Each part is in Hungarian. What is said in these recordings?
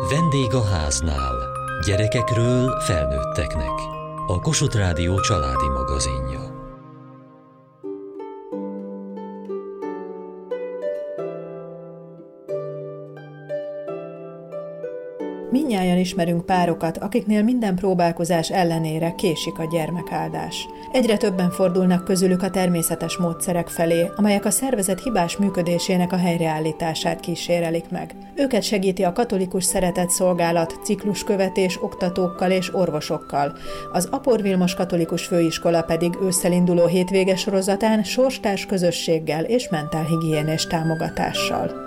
Vendég a háznál. Gyerekekről felnőtteknek. A Kossuth Rádió családi magazinja. Mindnyájan ismerünk párokat, akiknél minden próbálkozás ellenére késik a gyermekáldás. Egyre többen fordulnak közülük a természetes módszerek felé, amelyek a szervezet hibás működésének a helyreállítását kísérelik meg. Őket segíti a Katolikus Szeretetszolgálat cikluskövetés oktatókkal és orvosokkal. Az Apor Vilmos Katolikus Főiskola pedig ősszel induló hétvége sorozatán sorstárs közösséggel és mentálhigiénés támogatással.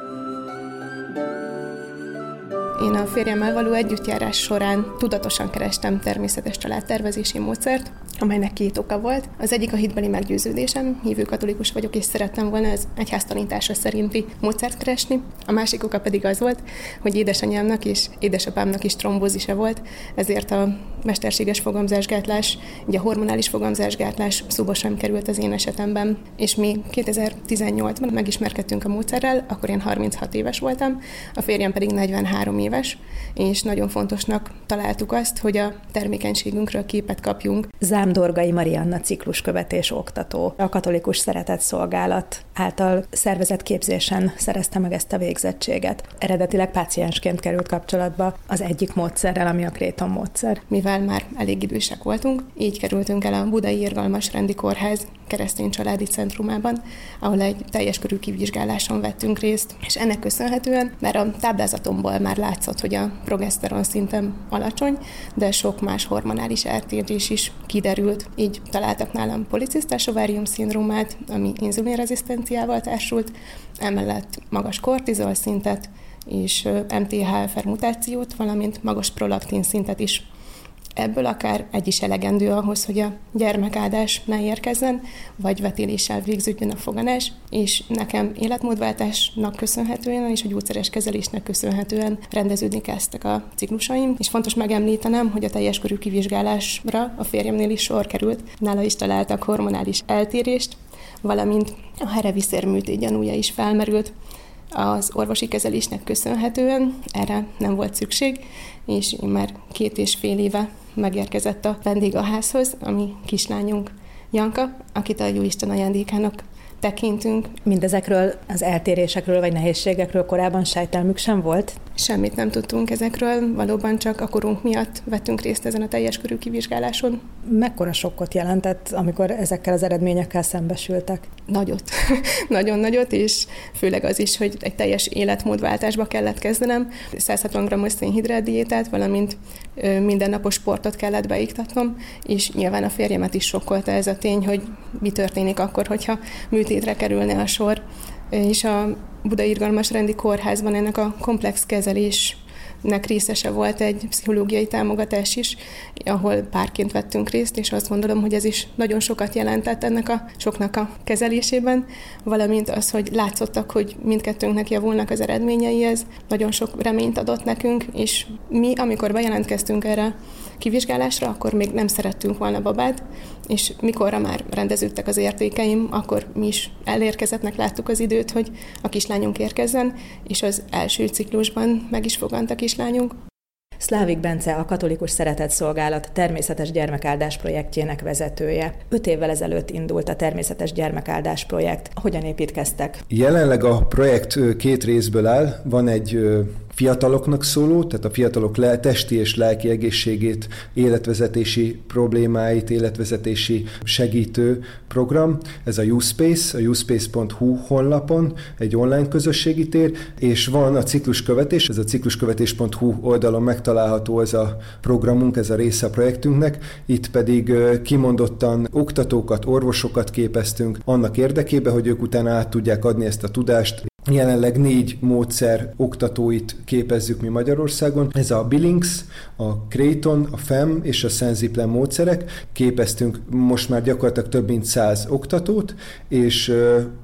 Én a férjemmel való együttjárás során tudatosan kerestem természetes családtervezési módszert, amelynek 2 oka volt. Az egyik a hitbeli meggyőződésem, hívő katolikus vagyok, és szerettem volna az egyház tanítása szerinti módszert keresni. A másik oka pedig az volt, hogy édesanyámnak és édesapámnak is trombózisa volt, ezért a mesterséges fogamzásgátlás, ugye a hormonális fogamzásgátlás szóba sem került az én esetemben. És mi 2018-ban megismerkedtünk a módszerrel, akkor én 36 éves voltam, a férjem pedig 43 éves, és nagyon fontosnak találtuk azt, hogy a termékenységünkről képet kapjunk. Zámdorgai Marianna cikluskövetés oktató, a Katolikus Szeretetszolgálat által szervezett képzésen szerezte meg ezt a végzettséget. Eredetileg páciensként került kapcsolatba az egyik módszerrel, ami a Kréton módszer. Mivel már elég idősek voltunk, így kerültünk el a Budai Irgalmas Rendi Kórház keresztény családi centrumában, ahol egy teljes körű kivizsgáláson vettünk részt, és ennek köszönhetően, mert a táblázatomból már látszott, hogy a progeszteron szintem alacsony, de sok más hormonális eltérés is kiderült. Így találtak nálam policisztás ovárium szindrómát, ami inzulinrezisztenciával társult, emellett magas kortizol szintet és MTHFR mutációt, valamint magas prolaktin szintet is. Ebből akár egy is elegendő ahhoz, hogy a gyermekáldás ne érkezzen, vagy vetéléssel végződjön a foganás, és nekem életmódváltásnak köszönhetően és a gyógyszeres kezelésnek köszönhetően rendeződni kezdtek a ciklusaim, és fontos megemlítenem, hogy a teljes körű kivizsgálásra a férjemnél is sor került. Nála is találtak hormonális eltérést, valamint a hereviszér-műtét gyanúja is felmerült. Az orvosi kezelésnek köszönhetően erre nem volt szükség, és már 2,5 éve megérkezett a vendég a házhoz, ami kislányunk Janka, akit a Jóisten ajándékának tekintünk. Mindezekről az eltérésekről vagy nehézségekről korábban sejtelmük sem volt? Semmit nem tudtunk ezekről, valóban csak a korunk miatt vettünk részt ezen a teljes körű kivizsgáláson. Mekkora sokkot jelentett, amikor ezekkel az eredményekkel szembesültek? Nagyot. Nagyon nagyot, és főleg az is, hogy egy teljes életmódváltásba kellett kezdenem. 160 g-os szénhidrát diétát, valamint mindennapos sportot kellett beiktatnom, és nyilván a férjemet is sokkolta ez a tény, hogy mi történik akkor, hogyha műtétre kerülne a sor. És a Budai Irgalmas Rendi Kórházban ennek a komplex kezelésnek részese volt egy pszichológiai támogatás is, ahol párként vettünk részt, és azt gondolom, hogy ez is nagyon sokat jelentett ennek a soknak a kezelésében, valamint az, hogy látszottak, hogy mindkettőnknek javulnak az eredményei, ez nagyon sok reményt adott nekünk, és mi, amikor bejelentkeztünk erre kivizsgálásra, akkor még nem szerettünk volna babát, és mikorra már rendeződtek az értékeim, akkor mi is elérkezettnek láttuk az időt, hogy a kislányunk érkezzen, és az első ciklusban meg is fogant a kislányunk. Szlávik Bence a Katolikus Szeretetszolgálat természetes gyermekáldás projektjének vezetője. 5 évvel ezelőtt indult a természetes gyermekáldás projekt. Hogyan építkeztek? Jelenleg a projekt 2 részből áll. Van egy fiataloknak szóló, tehát a fiatalok testi és lelki egészségét, életvezetési problémáit, életvezetési segítő program. Ez a YouSpace, a youspace.hu honlapon egy online közösségi tér, és van a cikluskövetés, ez a cikluskövetés.hu oldalon megtalálható ez a programunk, ez a része a projektünknek. Itt pedig kimondottan oktatókat, orvosokat képeztünk annak érdekében, hogy ők utána át tudják adni ezt a tudást. Jelenleg 4 módszer oktatóit képezzük mi Magyarországon. Ez a Billings, a Kréton, a FEM és a Senziplen módszerek. Képeztünk most már gyakorlatilag több mint 100 oktatót, és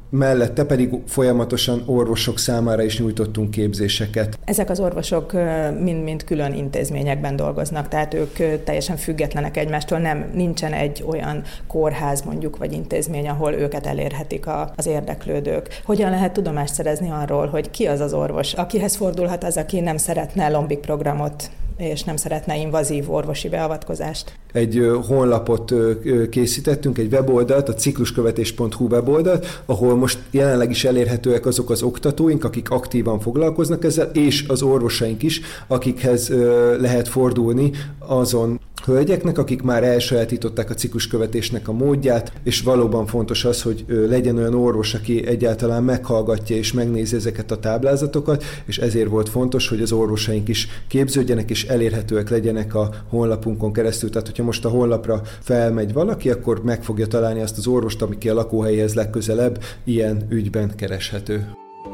mellette pedig folyamatosan orvosok számára is nyújtottunk képzéseket. Ezek az orvosok mind-mind külön intézményekben dolgoznak, tehát ők teljesen függetlenek egymástól, nincsen egy olyan kórház mondjuk, vagy intézmény, ahol őket elérhetik az érdeklődők. Hogyan lehet tudomást szerezni arról, hogy ki az az orvos, akihez fordulhat az, aki nem szeretne lombik programot és nem szeretne invazív orvosi beavatkozást? Egy honlapot készítettünk, egy weboldalt, a cikluskövetés.hu weboldalt, ahol most jelenleg is elérhetőek azok az oktatóink, akik aktívan foglalkoznak ezzel, és az orvosaink is, akikhez lehet fordulni azon hölgyeknek, akik már elsajátították a cikluskövetésnek a módját, és valóban fontos az, hogy legyen olyan orvos, aki egyáltalán meghallgatja és megnézi ezeket a táblázatokat, és ezért volt fontos, hogy az orvosaink is képződjenek, és elérhetőek legyenek a honlapunkon keresztül. Tehát, hogyha most a honlapra felmegy valaki, akkor meg fogja találni azt az orvost, aki a lakóhelyéhez legközelebb ilyen ügyben kereshető.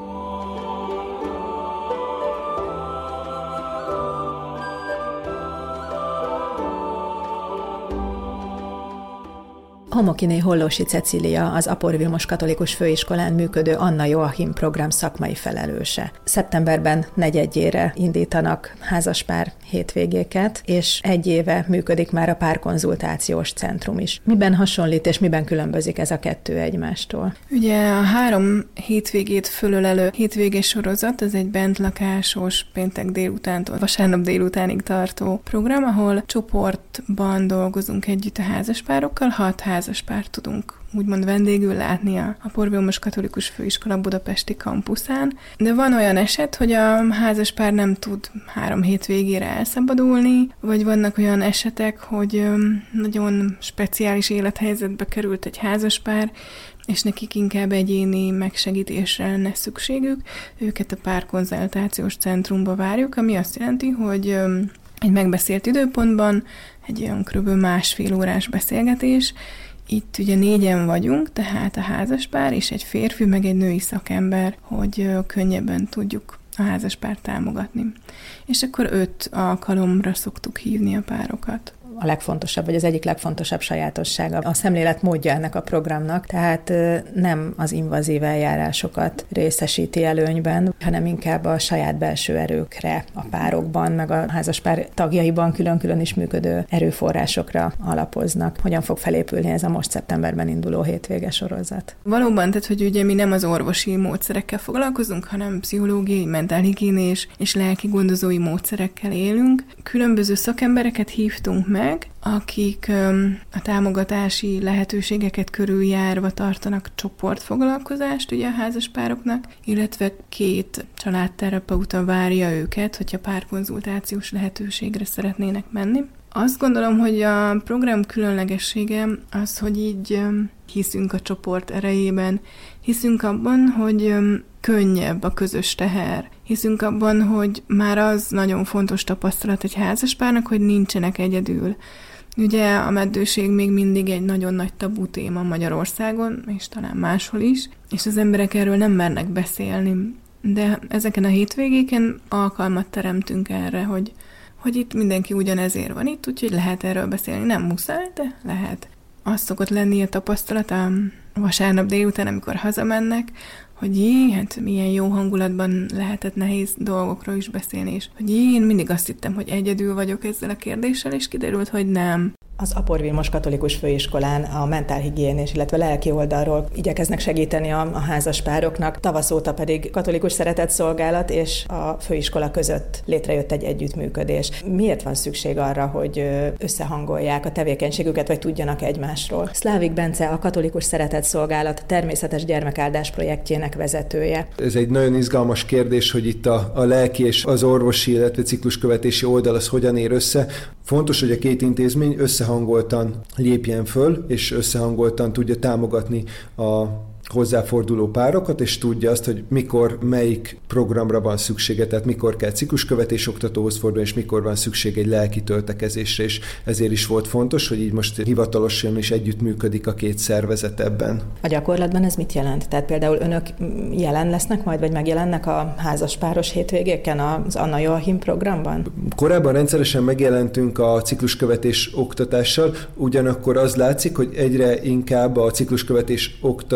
Homokiné Hollósy Cecília, az Apor Vilmos Katolikus Főiskolán működő Anna Joachim program szakmai felelőse. Szeptemberben negyedjére indítanak házaspár hétvégéket, és egy éve működik már a párkonzultációs centrum is. Miben hasonlít és miben különbözik ez a kettő egymástól? Ugye a 3 hétvégét fölölelő hétvégés sorozat, ez egy bentlakásos, péntek délutántól vasárnap délutánig tartó program, ahol csoportban dolgozunk együtt a házaspárokkal, 6 házaspárt tudunk úgymond vendégül látni a Apor Vilmos Katolikus Főiskola budapesti kampuszán. De van olyan eset, hogy a házaspár nem tud 3 hétvégére elszabadulni, vagy vannak olyan esetek, hogy nagyon speciális élethelyzetbe került egy házaspár, és nekik inkább egyéni megsegítésre lenne szükségük. Őket a párkonzultációs centrumba várjuk, ami azt jelenti, hogy egy megbeszélt időpontban egy olyan kb. 1,5 órás beszélgetés. Itt ugye 4-en vagyunk, tehát a házaspár és egy férfi, meg egy női szakember, hogy könnyebben tudjuk a házaspárt támogatni. És akkor 5 alkalomra szoktuk hívni a párokat. A legfontosabb, vagy az egyik legfontosabb sajátossága a szemléletmódja ennek a programnak, tehát nem az invazív eljárásokat részesíti előnyben, hanem inkább a saját belső erőkre a párokban, meg a házaspár tagjaiban külön-külön is működő erőforrásokra alapoznak. Hogyan fog felépülni ez a most szeptemberben induló hétvége sorozat? Valóban, tehát hogy ugye mi nem az orvosi módszerekkel foglalkozunk, hanem pszichológiai, mentálhigiénés és lelki gondozói módszerekkel élünk. Különböző szakembereket hívtunk meg, akik a támogatási lehetőségeket körüljárva tartanak csoportfoglalkozást ugye a házaspároknak, illetve 2 családterapeuta várja őket, hogyha párkonzultációs lehetőségre szeretnének menni. Azt gondolom, hogy a program különlegessége az, hogy így hiszünk a csoport erejében, hiszünk abban, hogy könnyebb a közös teher. Hiszünk abban, hogy már az nagyon fontos tapasztalat egy házaspárnak, hogy nincsenek egyedül. Ugye a meddőség még mindig egy nagyon nagy tabú téma Magyarországon, és talán máshol is, és az emberek erről nem mernek beszélni. De ezeken a hétvégéken alkalmat teremtünk erre, hogy itt mindenki ugyanezért van itt, úgyhogy lehet erről beszélni. Nem muszáj, de lehet. Az szokott lenni a tapasztalat a vasárnap délután, amikor hazamennek, hogy hát milyen jó hangulatban lehetett nehéz dolgokról is beszélni, és hogy én mindig azt hittem, hogy egyedül vagyok ezzel a kérdéssel, és kiderült, hogy nem. Az Apor Vilmos Katolikus Főiskolán a mentálhigiénés, illetve lelki oldalról igyekeznek segíteni a házaspároknak. Tavasz óta pedig katolikus szeretetszolgálat és a főiskola között létrejött egy együttműködés. Miért van szükség arra, hogy összehangolják a tevékenységüket, vagy tudjanak egymásról? Szlávik Bence, a Katolikus Szeretetszolgálat természetes gyermekáldás projektjének vezetője. Ez egy nagyon izgalmas kérdés, hogy itt a lelki és az orvosi, illetve cikluskövetési oldal az hogyan ér össze. Fontos, hogy a 2 intézmény összehangoltan lépjen föl, és összehangoltan tudja támogatni a hozzáforduló párokat, és tudja azt, hogy mikor, melyik programra van szüksége, tehát mikor kell cikluskövetés oktatóhoz fordulni, és mikor van szükség egy lelki töltekezésre, és ezért is volt fontos, hogy így most hivatalosan is együttműködik a 2 szervezet ebben. A gyakorlatban ez mit jelent? Tehát például önök jelen lesznek majd, vagy megjelennek a házaspáros hétvégéken az Anna Joachim programban? Korábban rendszeresen megjelentünk a cikluskövetés oktatással, ugyanakkor az látszik, hogy egyre inkább a cikluskövetés oktatásról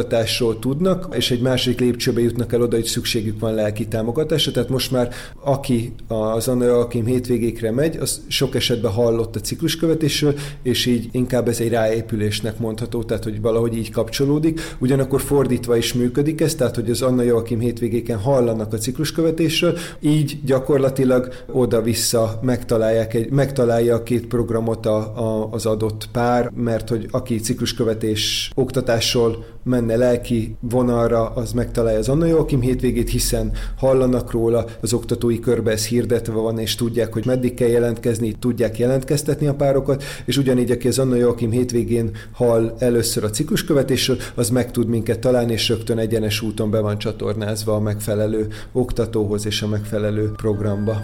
oktatásról tudnak, és egy másik lépcsőbe jutnak el oda, hogy szükségük van lelki támogatásra. Tehát most már aki az Anna Joachim hétvégékre megy, az sok esetben hallott a cikluskövetésről, és így inkább ez egy ráépülésnek mondható, tehát hogy valahogy így kapcsolódik. Ugyanakkor fordítva is működik ez, tehát hogy az Anna Joachim hétvégéken hallanak a cikluskövetésről, így gyakorlatilag oda-vissza megtalálja a két programot az adott pár, mert hogy aki cikluskövetés oktatásról menne lelki vonalra, az megtalálja az Anna Joachim hétvégét, hiszen hallanak róla, az oktatói körbe ez hirdetve van, és tudják, hogy meddig kell jelentkezni, tudják jelentkeztetni a párokat, és ugyanígy, aki az Anna Joachim hétvégén hall először a cikluskövetésről, az meg tud minket találni, és rögtön egyenes úton be van csatornázva a megfelelő oktatóhoz és a megfelelő programba.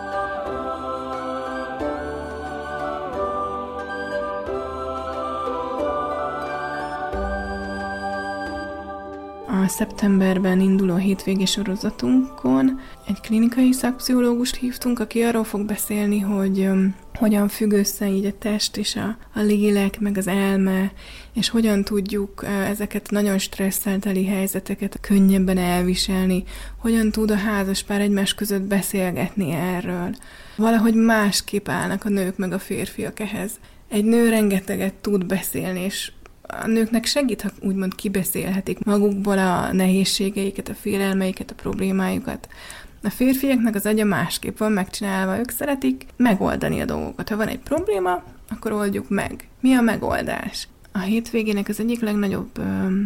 A szeptemberben induló hétvégi sorozatunkon egy klinikai szakpszichológust hívtunk, aki arról fog beszélni, hogy hogyan függ össze így a test és a lélek, meg az elme, és hogyan tudjuk ezeket nagyon stresszelteli helyzeteket könnyebben elviselni, hogyan tud a házaspár egymás között beszélgetni erről. Valahogy másképp állnak a nők meg a férfiak ehhez. Egy nő rengeteget tud beszélni, és a nőknek segít, ha úgymond kibeszélhetik magukból a nehézségeiket, a félelmeiket, a problémájukat. A férfiaknak az agya másképp van megcsinálva, ők szeretik megoldani a dolgokat. Ha van egy probléma, akkor oldjuk meg. Mi a megoldás? A hétvégének az egyik legnagyobb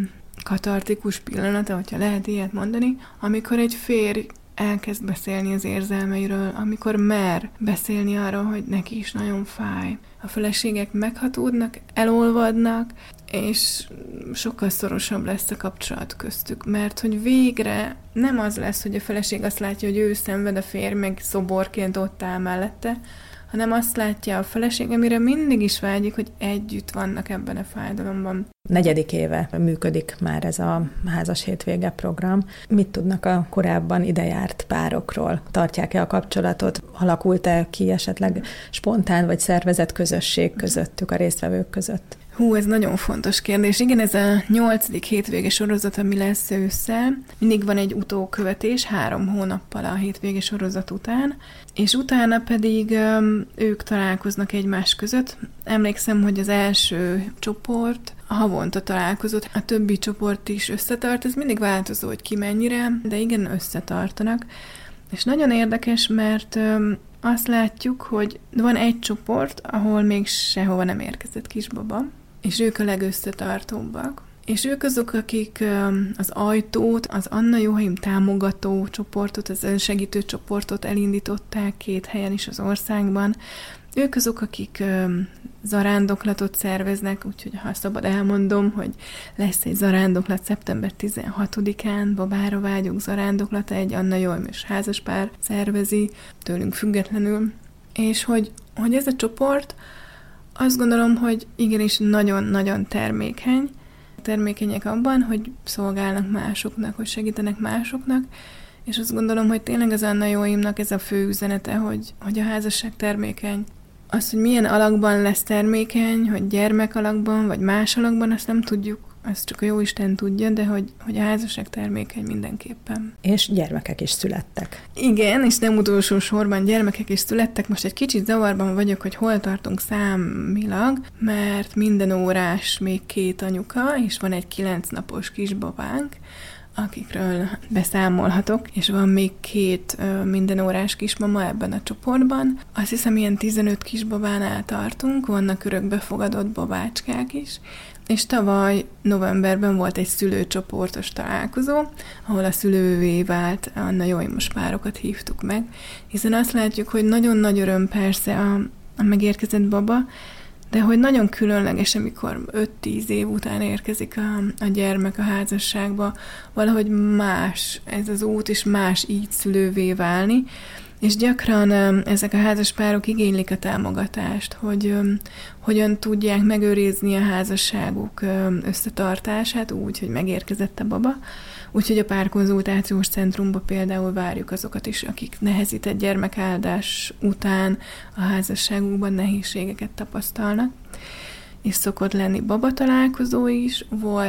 katartikus pillanata, hogyha lehet ilyet mondani, amikor egy férj elkezd beszélni az érzelmeiről, amikor mer beszélni arról, hogy neki is nagyon fáj. A feleségek meghatódnak, elolvadnak, és sokkal szorosabb lesz a kapcsolat köztük, mert hogy végre nem az lesz, hogy a feleség azt látja, hogy ő szenved, a férj meg szoborként ott áll mellette, hanem azt látja a feleség, amire mindig is vágyik, hogy együtt vannak ebben a fájdalomban. 4. éve működik már ez a házas hétvége program. Mit tudnak a korábban idejárt párokról? Tartják-e a kapcsolatot? Alakult-e ki esetleg spontán vagy szervezett közösség közöttük, a résztvevők között? Ez nagyon fontos kérdés. Igen, ez a 8. hétvége sorozat, ami lesz ősszel. Mindig van egy utókövetés, 3 hónappal a hétvége sorozat után, és utána pedig ők találkoznak egymás között. Emlékszem, hogy az első csoport havonta találkozott, a többi csoport is összetart, ez mindig változó, hogy ki mennyire, de igen, összetartanak. És nagyon érdekes, mert azt látjuk, hogy van egy csoport, ahol még sehova nem érkezett kisbaba, és ők a legösszetartóbbak. És ők azok, akik az ajtót, az Anna Joachim támogató csoportot, az önsegítő csoportot elindították 2 helyen is az országban. Ők azok, akik zarándoklatot szerveznek, úgyhogy ha szabad elmondom, hogy lesz egy zarándoklat szeptember 16-án, Babára vágyok zarándoklata, egy Anna Joachim-os házaspár szervezi, tőlünk függetlenül. És hogy ez a csoport, azt gondolom, hogy igenis nagyon-nagyon termékenyek abban, hogy szolgálnak másoknak, hogy segítenek másoknak, és azt gondolom, hogy tényleg az Anna Joachimnak ez a fő üzenete, hogy a házasság termékeny. Az, hogy milyen alakban lesz termékeny, hogy gyermek alakban, vagy más alakban, azt nem tudjuk, azt csak a Jóisten tudja, de hogy a házasság termékeny mindenképpen. És gyermekek is születtek. Igen, és nem utolsó sorban gyermekek is születtek. Most egy kicsit zavarban vagyok, hogy hol tartunk számilag, mert minden órás még 2 anyuka, és van egy 9 napos kisbabánk, akikről beszámolhatok, és van még 2 mindenórás kismama ebben a csoportban. Azt hiszem, ilyen 15 kisbabánál tartunk, vannak örökbefogadott babácskák is, és tavaly novemberben volt egy szülőcsoportos találkozó, ahol a szülővé vált Anna Joachim-os párokat hívtuk meg, hiszen azt látjuk, hogy nagyon nagy öröm persze a megérkezett baba, de hogy nagyon különleges, amikor 5-10 év után érkezik a gyermek a házasságba, valahogy más ez az út, és más így szülővé válni, és gyakran ezek a házaspárok igénylik a támogatást, hogy hogyan tudják megőrizni a házasságuk összetartását úgy, hogy megérkezett a baba. Úgyhogy a párkonzultációs centrumba például várjuk azokat is, akik nehezített gyermekáldás után a házasságukban nehézségeket tapasztalnak. És szokott lenni babatalálkozó is, volt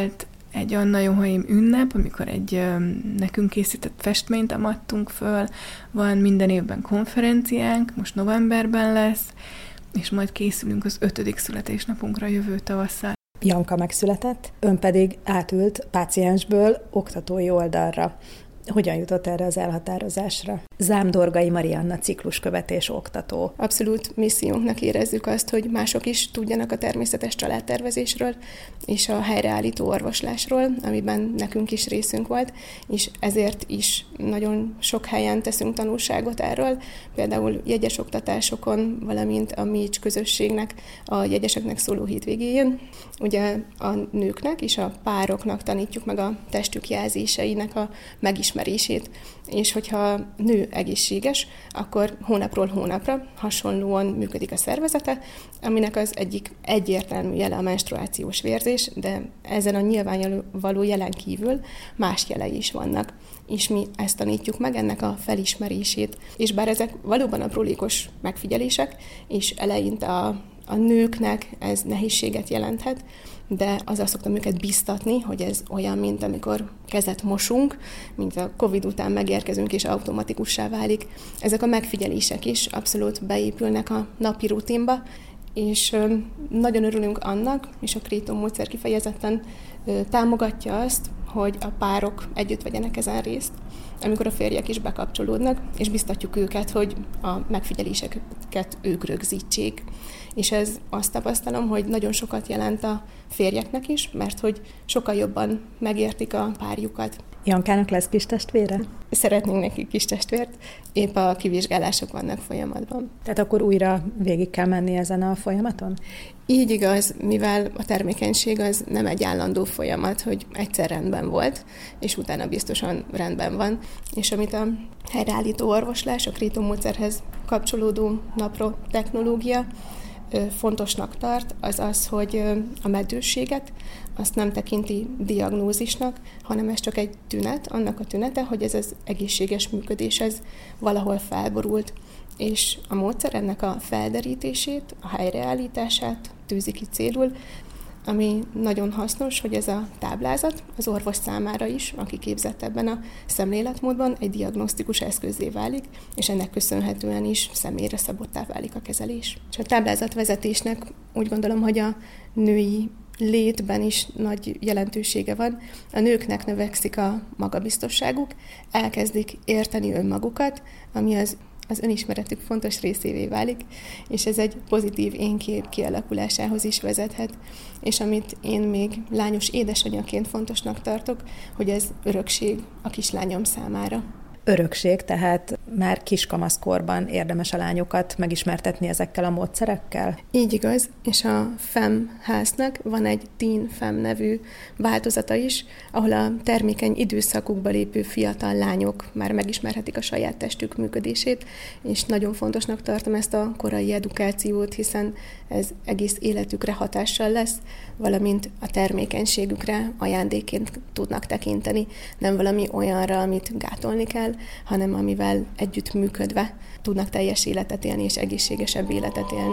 egy Anna Johaim ünnep, amikor egy nekünk készített festményt amattunk föl, van minden évben konferenciánk, most novemberben lesz, és majd készülünk az 5. születésnapunkra jövő tavasszal. Janka megszületett, ön pedig átült páciensből oktatói oldalra. Hogyan jutott erre az elhatározásra? Zámdorgai Marianna cikluskövetés oktató. Abszolút missziónknak érezzük azt, hogy mások is tudjanak a természetes családtervezésről és a helyreállító orvoslásról, amiben nekünk is részünk volt, és ezért is nagyon sok helyen teszünk tanulságot erről, például jegyes oktatásokon, valamint a Mécs közösségnek a jegyeseknek szóló hétvégéjén. Ugye a nőknek és a pároknak tanítjuk meg a testük jelzéseinek a megismerését, és hogyha nő egészséges, akkor hónapról hónapra hasonlóan működik a szervezete, aminek az egyik egyértelmű jele a menstruációs vérzés, de ezen a nyilvánvaló jelen kívül más jelei is vannak. És mi ezt tanítjuk meg, ennek a felismerését. És bár ezek valóban aprólékos megfigyelések, és eleinte a nőknek ez nehézséget jelenthet, de azzal szoktam őket biztatni, hogy ez olyan, mint amikor kezet mosunk, mint a Covid után megérkezünk és automatikussá válik. Ezek a megfigyelések is abszolút beépülnek a napi rutinba, és nagyon örülünk annak, és a Kréton módszer kifejezetten támogatja azt, hogy a párok együtt vegyenek ezen részt, amikor a férjek is bekapcsolódnak, és biztatjuk őket, hogy a megfigyeléseket ők rögzítsék. És ez azt tapasztalom, hogy nagyon sokat jelent a férjeknek is, mert hogy sokkal jobban megértik a párjukat. Jankának lesz kis testvére? Szeretnénk neki kis testvért, épp a kivizsgálások vannak folyamatban. Tehát akkor újra végig kell menni ezen a folyamaton? Így igaz, mivel a termékenység az nem egy állandó folyamat, hogy egyszer rendben volt, és utána biztosan rendben van. És amit a helyreállító orvoslás, a Kréton módszerhez kapcsolódó naprotechnológia fontosnak tart, az az, hogy a meddősséget azt nem tekinti diagnózisnak, hanem ez csak egy tünet, annak a tünete, hogy ez az egészséges működés, ez valahol felborult, és a módszer ennek a felderítését, a helyreállítását tűzi ki célul, ami nagyon hasznos, hogy ez a táblázat az orvos számára is, aki képzett ebben a szemléletmódban, egy diagnosztikus eszközzé válik, és ennek köszönhetően is személyre szabottá válik a kezelés. És a táblázatvezetésnek úgy gondolom, hogy a női létben is nagy jelentősége van. A nőknek növekszik a magabiztosságuk, elkezdik érteni önmagukat, ami az önismeretük fontos részévé válik, és ez egy pozitív énkép kialakulásához is vezethet. És amit én még lányos édesanyaként fontosnak tartok, hogy ez örökség a kislányom számára. Örökség, tehát már kiskamaszkorban érdemes a lányokat megismertetni ezekkel a módszerekkel? Így igaz, és a FEM háznak van egy Teen FEM nevű változata is, ahol a termékeny időszakukba lépő fiatal lányok már megismerhetik a saját testük működését, és nagyon fontosnak tartom ezt a korai edukációt, hiszen ez egész életükre hatással lesz, valamint a termékenységükre ajándékként tudnak tekinteni, nem valami olyanra, amit gátolni kell, hanem amivel együtt működve tudnak teljes életet élni és egészségesebb életet élni.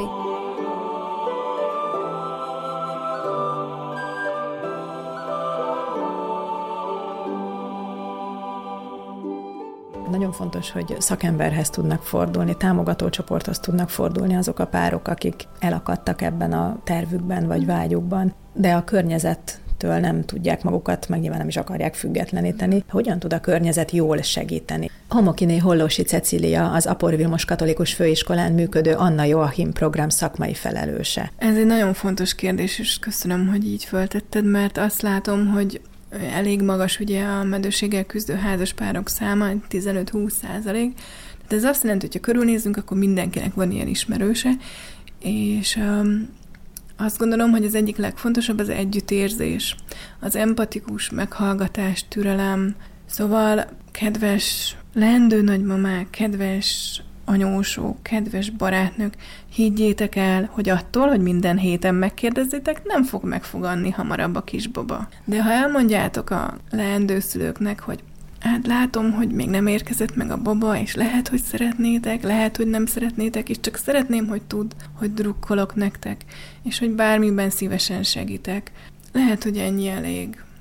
Nagyon fontos, hogy szakemberhez tudnak fordulni, támogatócsoporthoz tudnak fordulni azok a párok, akik elakadtak ebben a tervükben vagy vágyukban, de a környezettől nem tudják magukat, meg nyilván nem is akarják függetleníteni. Hogyan tud a környezet jól segíteni? Homokiné Hollósi Cecília, az Apor Vilmos Katolikus Főiskolán működő Anna Joachim program szakmai felelőse. Ez egy nagyon fontos kérdés, és köszönöm, hogy így föltetted, mert azt látom, hogy elég magas ugye a meddőséggel küzdő házaspárok száma, 15-20%. Tehát ez azt jelenti, hogy ha körülnézzünk, akkor mindenkinek van ilyen ismerőse, és azt gondolom, hogy az egyik legfontosabb az együttérzés, az empatikus meghallgatás, türelem. Szóval kedves leendő nagymamák, kedves anyósok, kedves barátnők, higgyétek el, hogy attól, hogy minden héten megkérdezzétek, nem fog megfoganni hamarabb a kisbaba. De ha elmondjátok a leendőszülőknek, hogy hát látom, hogy még nem érkezett meg a baba, és lehet, hogy szeretnétek, lehet, hogy nem szeretnétek, és csak szeretném, hogy tudd, hogy drukkolok nektek, és hogy bármiben szívesen segítek. Lehet, hogy ennyi elég.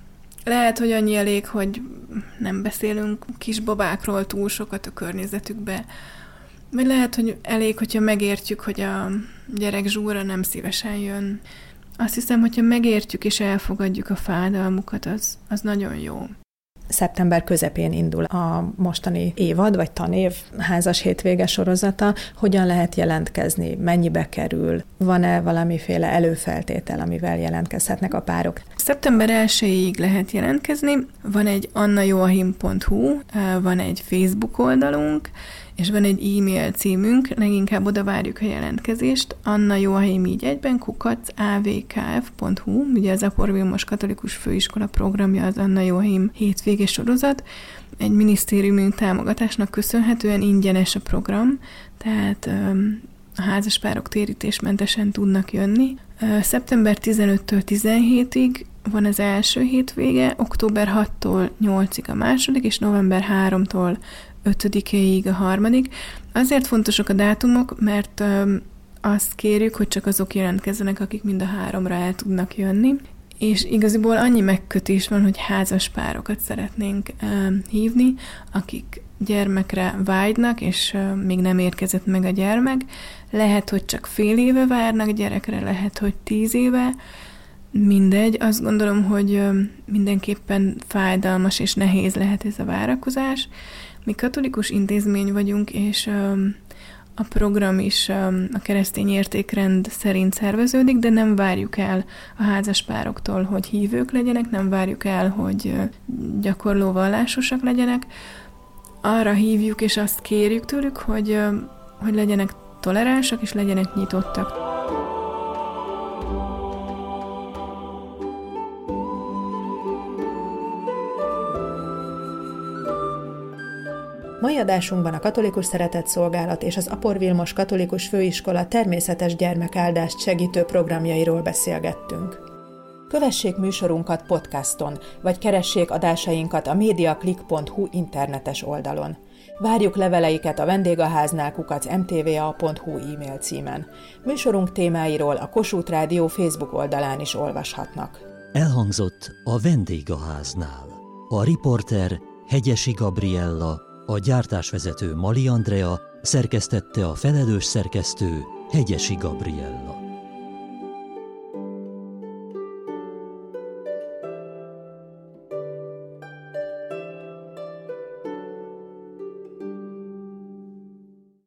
Lehet, hogy annyi elég, hogy nem beszélünk kisbabákról túl sokat a környezetükbe, vagy lehet, hogy elég, hogyha megértjük, hogy a gyerek zsúra nem szívesen jön. Azt hiszem, hogyha megértjük és elfogadjuk a fájdalmukat, az nagyon jó. Szeptember közepén indul a mostani évad, vagy tanév házas hétvége sorozata. Hogyan lehet jelentkezni? Mennyibe kerül? Van-e valamiféle előfeltétel, amivel jelentkezhetnek a párok? Szeptember 1-ig lehet jelentkezni. Van egy annajoachim.hu, van egy Facebook oldalunk, és van egy e-mail címünk, leginkább oda várjuk a jelentkezést, annajoachim így egyben, @avkf.hu, ugye az Apor Vilmos Katolikus Főiskola programja az Anna Joachim hétvége sorozat. Egy minisztériumunk támogatásnak köszönhetően ingyenes a program, tehát a házaspárok térítésmentesen tudnak jönni. Szeptember 15-től 17-ig van az első hétvége, október 6-tól 8-ig a második, és november 3-tól 5-ig a harmadik. Azért fontosak a dátumok, mert azt kérjük, hogy csak azok jelentkezzenek, akik mind a 3-ra el tudnak jönni. És igaziból annyi megkötés van, hogy házas párokat szeretnénk hívni, akik gyermekre vágynak, és még nem érkezett meg a gyermek. Lehet, hogy csak fél éve várnak gyerekre, lehet, hogy 10 éve. Mindegy, azt gondolom, hogy mindenképpen fájdalmas és nehéz lehet ez a várakozás. Mi katolikus intézmény vagyunk, és a program is a keresztény értékrend szerint szerveződik, de nem várjuk el a házaspároktól, hogy hívők legyenek, nem várjuk el, hogy gyakorló vallásosak legyenek. Arra hívjuk, és azt kérjük tőlük, hogy legyenek toleránsak, és legyenek nyitottak. Mai adásunkban a Katolikus Szeretetszolgálat és az Apor Vilmos Katolikus Főiskola természetes gyermekáldást segítő programjairól beszélgettünk. Kövessék műsorunkat podcaston, vagy keressék adásainkat a mediaclick.hu internetes oldalon. Várjuk leveleiket a vendégháznál @mtva.hu e-mail címen. Műsorunk témáiról a Kossuth Rádió Facebook oldalán is olvashatnak. Elhangzott a vendégháznál. A riporter Hegyesi Gabriella, a gyártásvezető Mali Andrea, szerkesztette a felelős szerkesztő Hegyesi Gabriella.